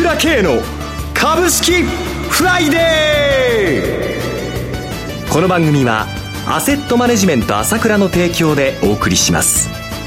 倉慶の株式フライデー。この番組はアセットマネジメント朝倉の提供でお送りします。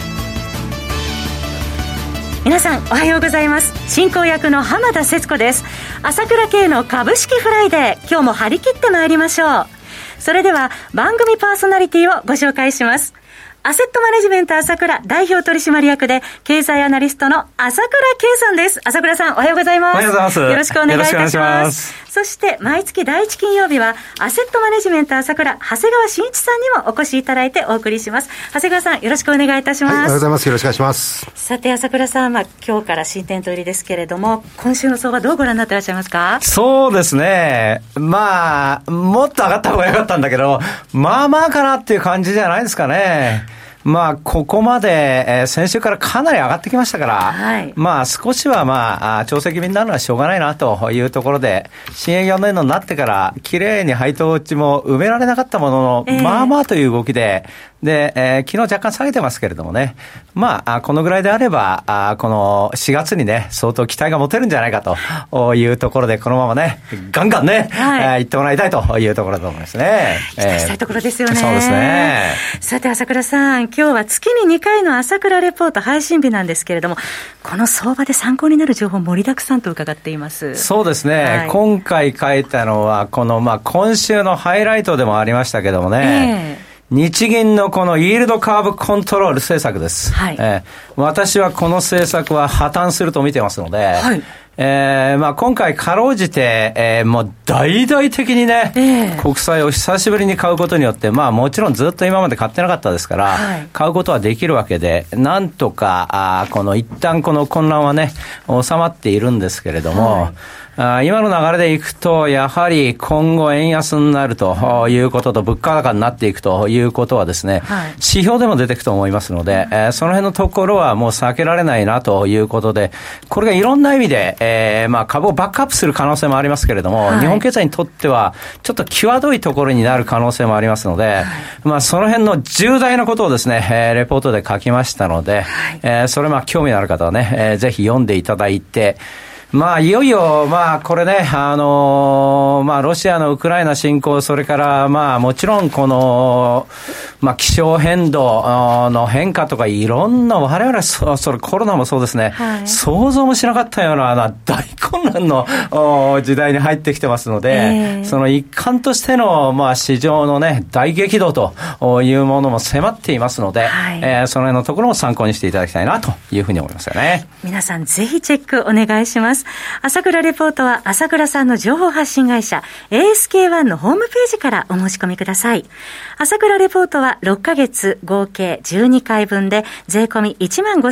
皆さんおはようございます。進行役の浜田節子です。朝倉慶の株式フライデー、今日も張り切ってまいりましょう。それでは番組パーソナリティをご紹介します。アセットマネジメント朝倉代表取締役で経済アナリストの朝倉慶さんです。朝倉さんおはようございます。 おはようございます。 よろしくお願いいたします。そして毎月第1金曜日はアセットマネジメント朝倉長谷川慎一さんにもお越しいただいてお送りします。長谷川さんよろしくお願いいたします。 おはようございます。よろしくお願いします。 さて朝倉さん、今日から新店頭入りですけれども、今週の相場どうご覧になっていらっしゃいますか？ そうですね、もっと上がった方が良かったんだけど、まあまあかなっていう感じじゃないですかね。ここまで、先週からかなり上がってきましたから、はい、少しは調整気味になるのはしょうがないなというところで、新営業年度になってから、綺麗に配当値も埋められなかったものの、まあまあという動きで、昨日若干下げてますけれどもね、このぐらいであれば、この4月にね、相当期待が持てるんじゃないかというところで、このままね、ガンガンね、行ってもらいたいというところだと思いますね。 期待したいところですよね。 そうですね。 さて朝倉さん、今日は月に2回の朝倉レポート配信日なんですけれども、この相場で参考になる情報盛りだくさんと伺っています。 そうですね、はい、今回書いたのはこの、今週のハイライトでもありましたけどもね、日銀のこのイールドカーブコントロール政策です、はい。私はこの政策は破綻すると見てますので、はい、今回かろうじて、もう大々的にね、国債を久しぶりに買うことによって、もちろんずっと今まで買ってなかったですから、はい、買うことはできるわけで、なんとか一旦この混乱はね収まっているんですけれども、今の流れでいくと、やはり今後円安になるということと、物価高になっていくということはですね、はい、指標でも出てくると思いますので、その辺のところはもう避けられないなということで、これがいろんな意味で、株をバックアップする可能性もありますけれども、はい、日本経済にとってはちょっと際どいところになる可能性もありますので、はい、その辺の重大なことをですね、レポートで書きましたので、はい、それ興味のある方はね、ぜひ読んでいただいて、いよいよ、これね、ロシアのウクライナ侵攻、それから、もちろん、この、気象変動の変化とか、いろんな、我々、それコロナもそうですね、はい、想像もしなかったような、大混乱の時代に入ってきてますので、その一環としての、市場のね、大激動というものも迫っていますので、はい、その辺のところも参考にしていただきたいな、というふうに思いますよね。 皆さん、ぜひチェックお願いします。朝倉レポートは朝倉さんの情報発信会社 ASK-1 のホームページからお申し込みください。朝倉レポートは6ヶ月合計12回分で税込み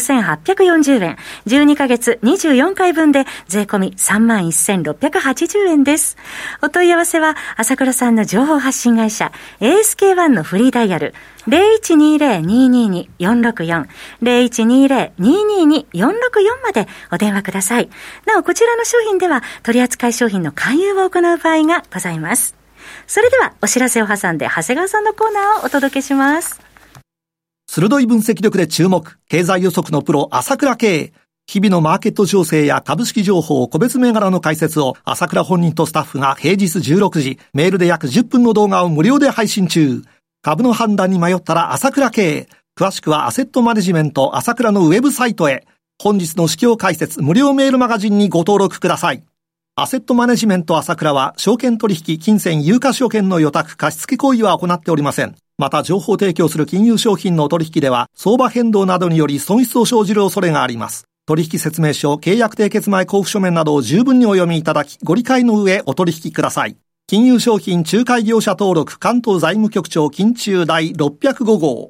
15,840 円、12ヶ月24回分で税込み 31,680 円です。お問い合わせは朝倉さんの情報発信会社 ASK-1 のフリーダイヤル 0120-222-464 0120-222-464 までお電話ください。なおこちらの商品では取扱い商品の勧誘を行う場合がございます。それではお知らせを挟んで長谷川さんのコーナーをお届けします。 鋭い分析力で注目、経済予測のプロ朝倉慶。日々のマーケット情勢や株式情報、個別銘柄の解説を朝倉本人とスタッフが平日16時、メールで約10分の動画を無料で配信中。株の判断に迷ったら朝倉慶。詳しくはアセットマネジメント朝倉のウェブサイトへ。本日の市況解説無料メールマガジンにご登録ください。アセットマネジメント朝倉は証券取引、金銭、有価証券の予託、貸付行為は行っておりません。また情報提供する金融商品の取引では相場変動などにより損失を生じる恐れがあります。取引説明書、契約締結前交付書面などを十分にお読みいただき、ご理解の上お取引ください。金融商品仲介業者登録関東財務局長金中第605号。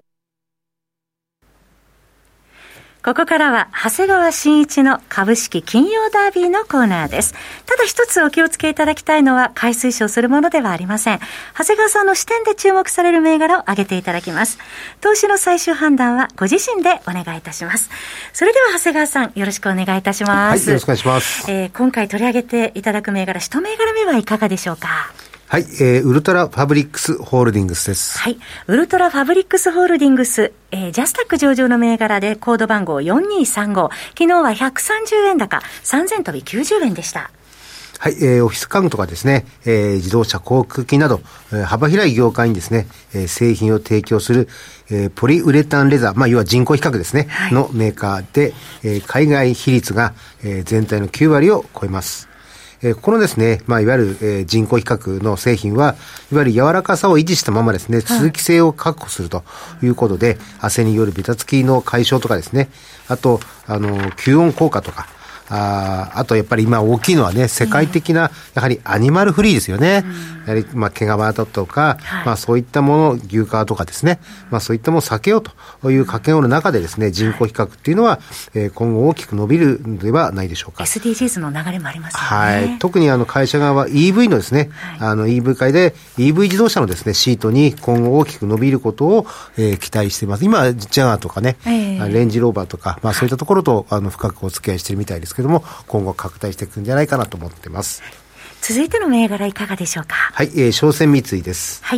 ここからは長谷川慎一の株式金曜ダービーのコーナーです。ただ一つお気をつけいただきたいのは買い推奨するものではありません。長谷川さんの視点で注目される銘柄を挙げていただきます。投資の最終判断はご自身でお願いいたします。それでは長谷川さんよろしくお願いいたします。 はい、よろしくお願いします。 今回取り上げていただく銘柄、一銘柄目はいかがでしょうか？ はい、ウルトラファブリックスホールディングスです。 はい、ウルトラファブリックスホールディングス、ジャスタック上場の銘柄でコード番号4235、昨日は130円高、3000飛び90円でした。 はい、オフィス家具とかですね、自動車、航空機など、幅広い業界にですね、製品を提供する、ポリウレタンレザー、要は人工皮革ですね、はい、のメーカーで、海外比率が、全体の9割を超えます。このですね、いわゆる、人工皮革の製品は、いわゆる柔らかさを維持したままですね、通気性を確保するということで、汗によるベタつきの解消とかですね、あと、吸音効果とか、あとやっぱり今大きいのはね、世界的なやはりアニマルフリーですよね。やはり毛皮だとか、はい、そういったもの、牛革とかですね、そういったものを避けようという掛け声の中でですね、人工皮革っていうのは、今後大きく伸びるのではないでしょうか。 SDGs の流れもありますよね。 はい。特に会社側は EV のですね、はい、EV 界で EV 自動車のですね、シートに今後大きく伸びることを、期待しています。今、ジャガーとかね、レンジローバーとか、そういったところと深くお付き合いしているみたいですけども、今後拡大していくんじゃないかなと思っています。 続いての銘柄いかがでしょうか。 はい、商船三井です。 はい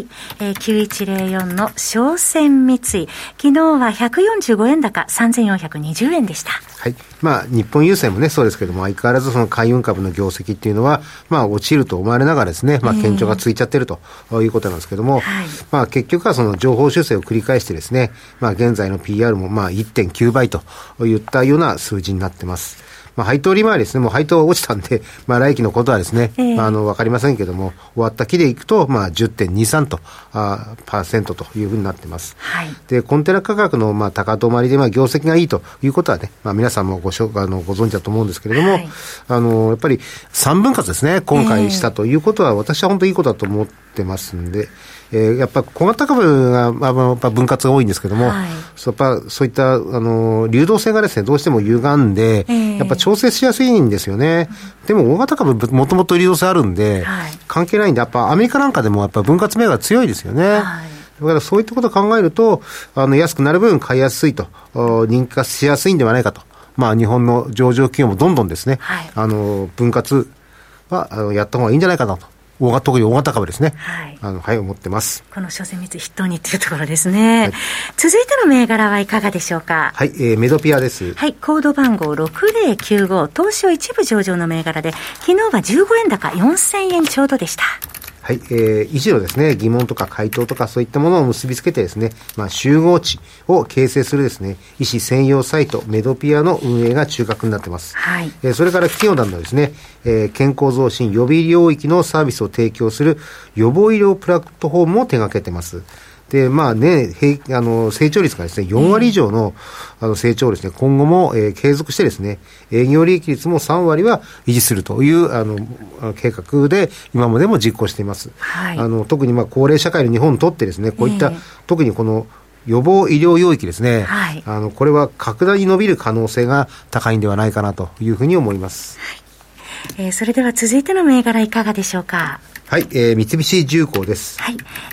、9104の商船三井、昨日は145円高、3420円でした。 はい、日本郵船もねそうですけども、相変わらずその海運株の業績っていうのは落ちると思われながらですね、堅調がついちゃってるということなんですけども、結局はその情報修正を繰り返してですね、現在の PR も1.9 倍といったような数字になってます。配当利回りですね、もう配当が落ちたんで、来期のことはですね、わかりませんけども、終わった期でいくと、10.23 と、%というふうになってます。はい、で、コンテナ価格の、高止まりで、業績がいいということはね、皆さんもご存知だと思うんですけれども、やっぱり3分割ですね、今回したということは、私は本当にいいことだと思ってますんで、やっぱ小型株が、分割が多いんですけども、そういった流動性がですねどうしても歪んで、やっぱ調整しやすいんですよね。でも大型株もともと流動性あるんで、関係ないんで、やっぱアメリカなんかでもやっぱ分割銘柄強いですよね。だからそういったことを考えると、安くなる分買いやすいと、認可しやすいんではないかと。日本の上場企業もどんどんですね、分割はやった方がいいんじゃないかなと。特に大型株ですね。思ってます。 この商船三井筆頭にというところですね。続いての銘柄はいかがでしょうか。 はい、メドピアです。 はい、コード番号6095、東証一部上場の銘柄で、昨日は15円高、4000円ちょうどでした。 はい、維持のですね、疑問とか回答とかそういったものを結びつけてですね、集合値を形成するですね、医師専用サイト、メドピアの運営が中核になっています。はい。それから企業団のですね、健康増進予備領域のサービスを提供する予防医療プラットフォームを手掛けています。で、成長率がですね、4割以上の、成長ですね、今後も、継続してですね、営業利益率も3割は維持するという、計画で、今までも実行しています。はい、特に高齢社会の日本にとってですね、こういった、特にこの、予防医療領域ですね、これは格段に伸びる可能性が高いんではないかなというふうに思います。 それでは続いての銘柄いかがでしょうか。 はい、三菱重工です。 はい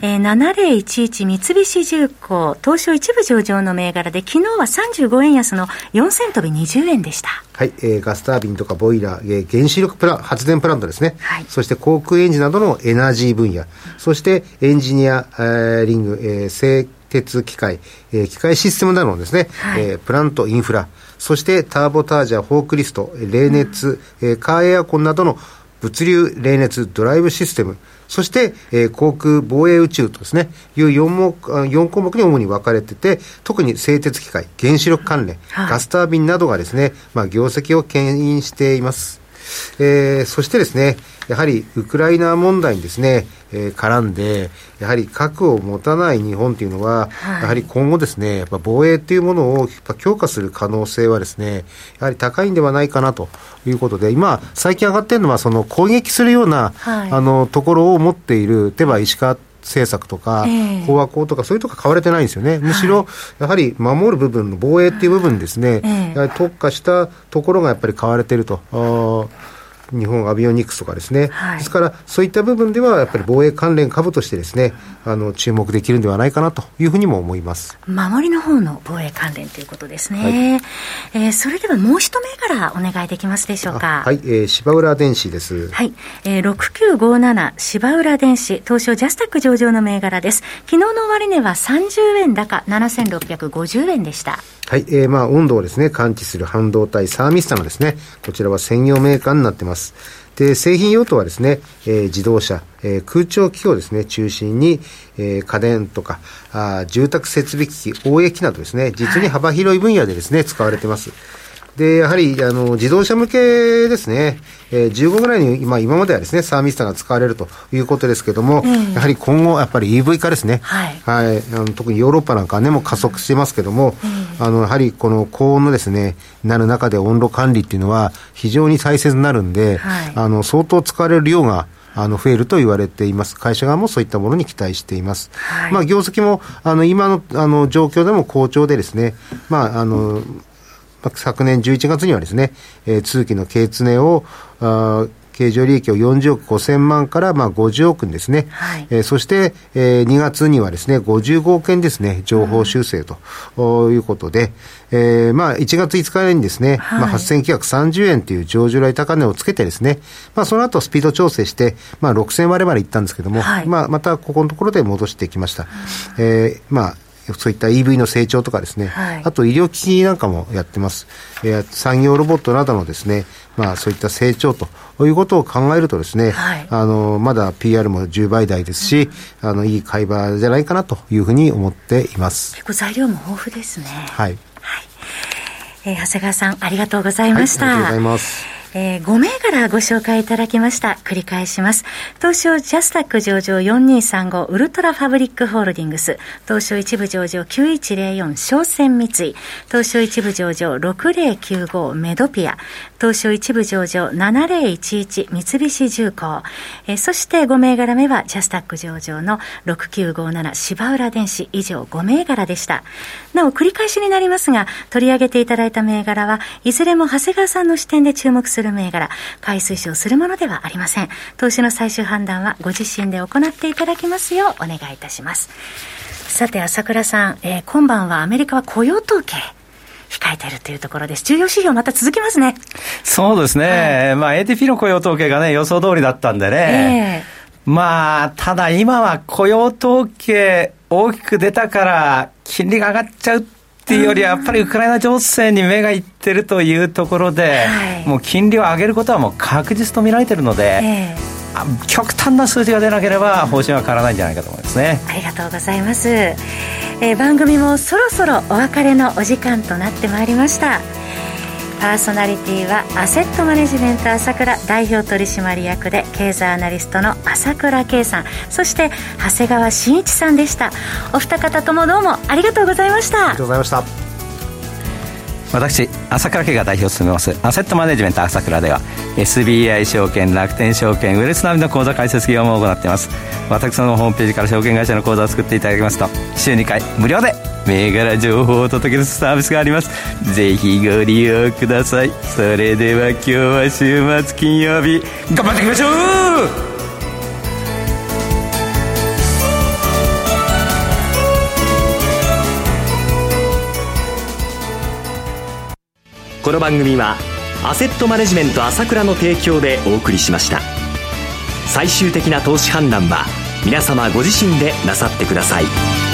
、7011三菱重工、東証一部上場の銘柄で、昨日は35円安の4000飛び20円でした。 はい、ガスタービンとかボイラー、原子力発電プラントですね。はい、そして航空エンジンなどのエナジー分野、そしてエンジニアリング、製鉄機械、機械システムなどのですね、プラントインフラ、そしてターボタージャー、フォークリスト、冷熱、カーエアコンなどの物流冷熱ドライブシステム、そして、航空防衛宇宙とですね、いう4項目に主に分かれてて、特に製鉄機械、原子力関連、ガスタービンなどがですね、業績を牽引しています。そしてですね、やはりウクライナ問題にですね、絡んでやはり核を持たない日本というのは、やはり今後ですね、やっぱ防衛というものを強化する可能性はですね、やはり高いんではないかなということで、今最近上がっているのはその攻撃するような、ところを持っている、例えば石川政策とか、飽和工とかそういうところ買われてないんですよね。むしろやはり守る部分の防衛っていう部分ですね、やはり特化したところがやっぱり買われていると。 日本アビオニクスとかですね、ですからそういった部分ではやっぱり防衛関連株としてですね、注目できるんではないかなというふうにも思います。 守りの方の防衛関連ということですね。それではもう一銘柄お願いできますでしょうか。 芝浦電子です。 6957芝浦電子、東証ジャスタック上場の銘柄です。昨日の終値は30円高7650円でした。 温度をですね感知する半導体サーミスタのですね、こちらは専業メーカーになってます。で、製品用途はですね、自動車、空調機器をですね中心に、家電とか住宅設備機器、応援機器などですね、実に幅広い分野でですね使われています。で、やはり自動車向けですね、15ぐらいに今まではですねサーミスタが使われるということですけども、やはり今後やっぱり EV 化ですね、特にヨーロッパなんかはねもう加速してますけども、やはりこの高温のですねなる中で温度管理っていうのは非常に大切になるんで、相当使われる量が増えると言われています。会社側もそういったものに期待しています。業績も今の状況でも好調でですね、昨年11月にはですね、通期の経常を経常利益を40億5000万から50億にですね、そして、2月にはですね55億円ですね上方修正ということで、1月5日にですね、8930円という上場来高値をつけてですね、その後スピード調整して、6000割までいったんですけども、またここのところで戻してきました。そういった EV の成長とかですね、あと医療機器なんかもやってます。産業ロボットなどのですね、そういった成長ということを考えるとですね、まだ PR も10倍台ですし、いい買い場じゃないかなというふうに思っています。 結構材料も豊富ですね。長谷川さんありがとうございました。 ありがとうございます。 5銘柄ご紹介いただきました。繰り返します。東証ジャスタック上場4235ウルトラファブリックホールディングス、東証一部上場9104商船三井、東証一部上場6095メドピア、東証一部上場7011三菱重工、そして5銘柄目はジャスタック上場の6957芝浦電子、以上5銘柄でした。なお繰り返しになりますが、取り上げていただいた銘柄はいずれも長谷川さんの視点で注目する銘柄、買い推奨するものではありません。投資の最終判断はご自身で行っていただきますようお願いいたします。さて朝倉さん、今晩はアメリカは雇用統計控えているというところです。重要指標また続きますね。 そうですね、ATP の雇用統計がね予想通りだったんでね、ただ今は雇用統計大きく出たから金利が上がっちゃうっていうよりはやっぱりウクライナ情勢に目がいってるというところで、もう金利を上げることはもう確実と見られているので、極端な数字が出なければ方針は変わらないんじゃないかと思いますね。 ありがとうございます。番組もそろそろお別れのお時間となってまいりました。パーソナリティはアセットマネジメント朝倉代表取締役で経済アナリストの朝倉圭さん、そして長谷川慎一さんでした。お二方ともどうもありがとうございました。 ありがとうございました。 私朝倉圭が代表を務めますアセットマネジメント朝倉では SBI 証券、楽天証券、ウェルスナビの口座開設業務を行っています。私のホームページから証券会社の口座を作っていただきますと週2回無料で銘柄情報をお届けするサービスがあります。ぜひご利用ください。それでは今日は週末金曜日頑張っていきましょう。 この番組はアセットマネジメント朝倉の提供でお送りしました。最終的な投資判断は皆様ご自身でなさってください。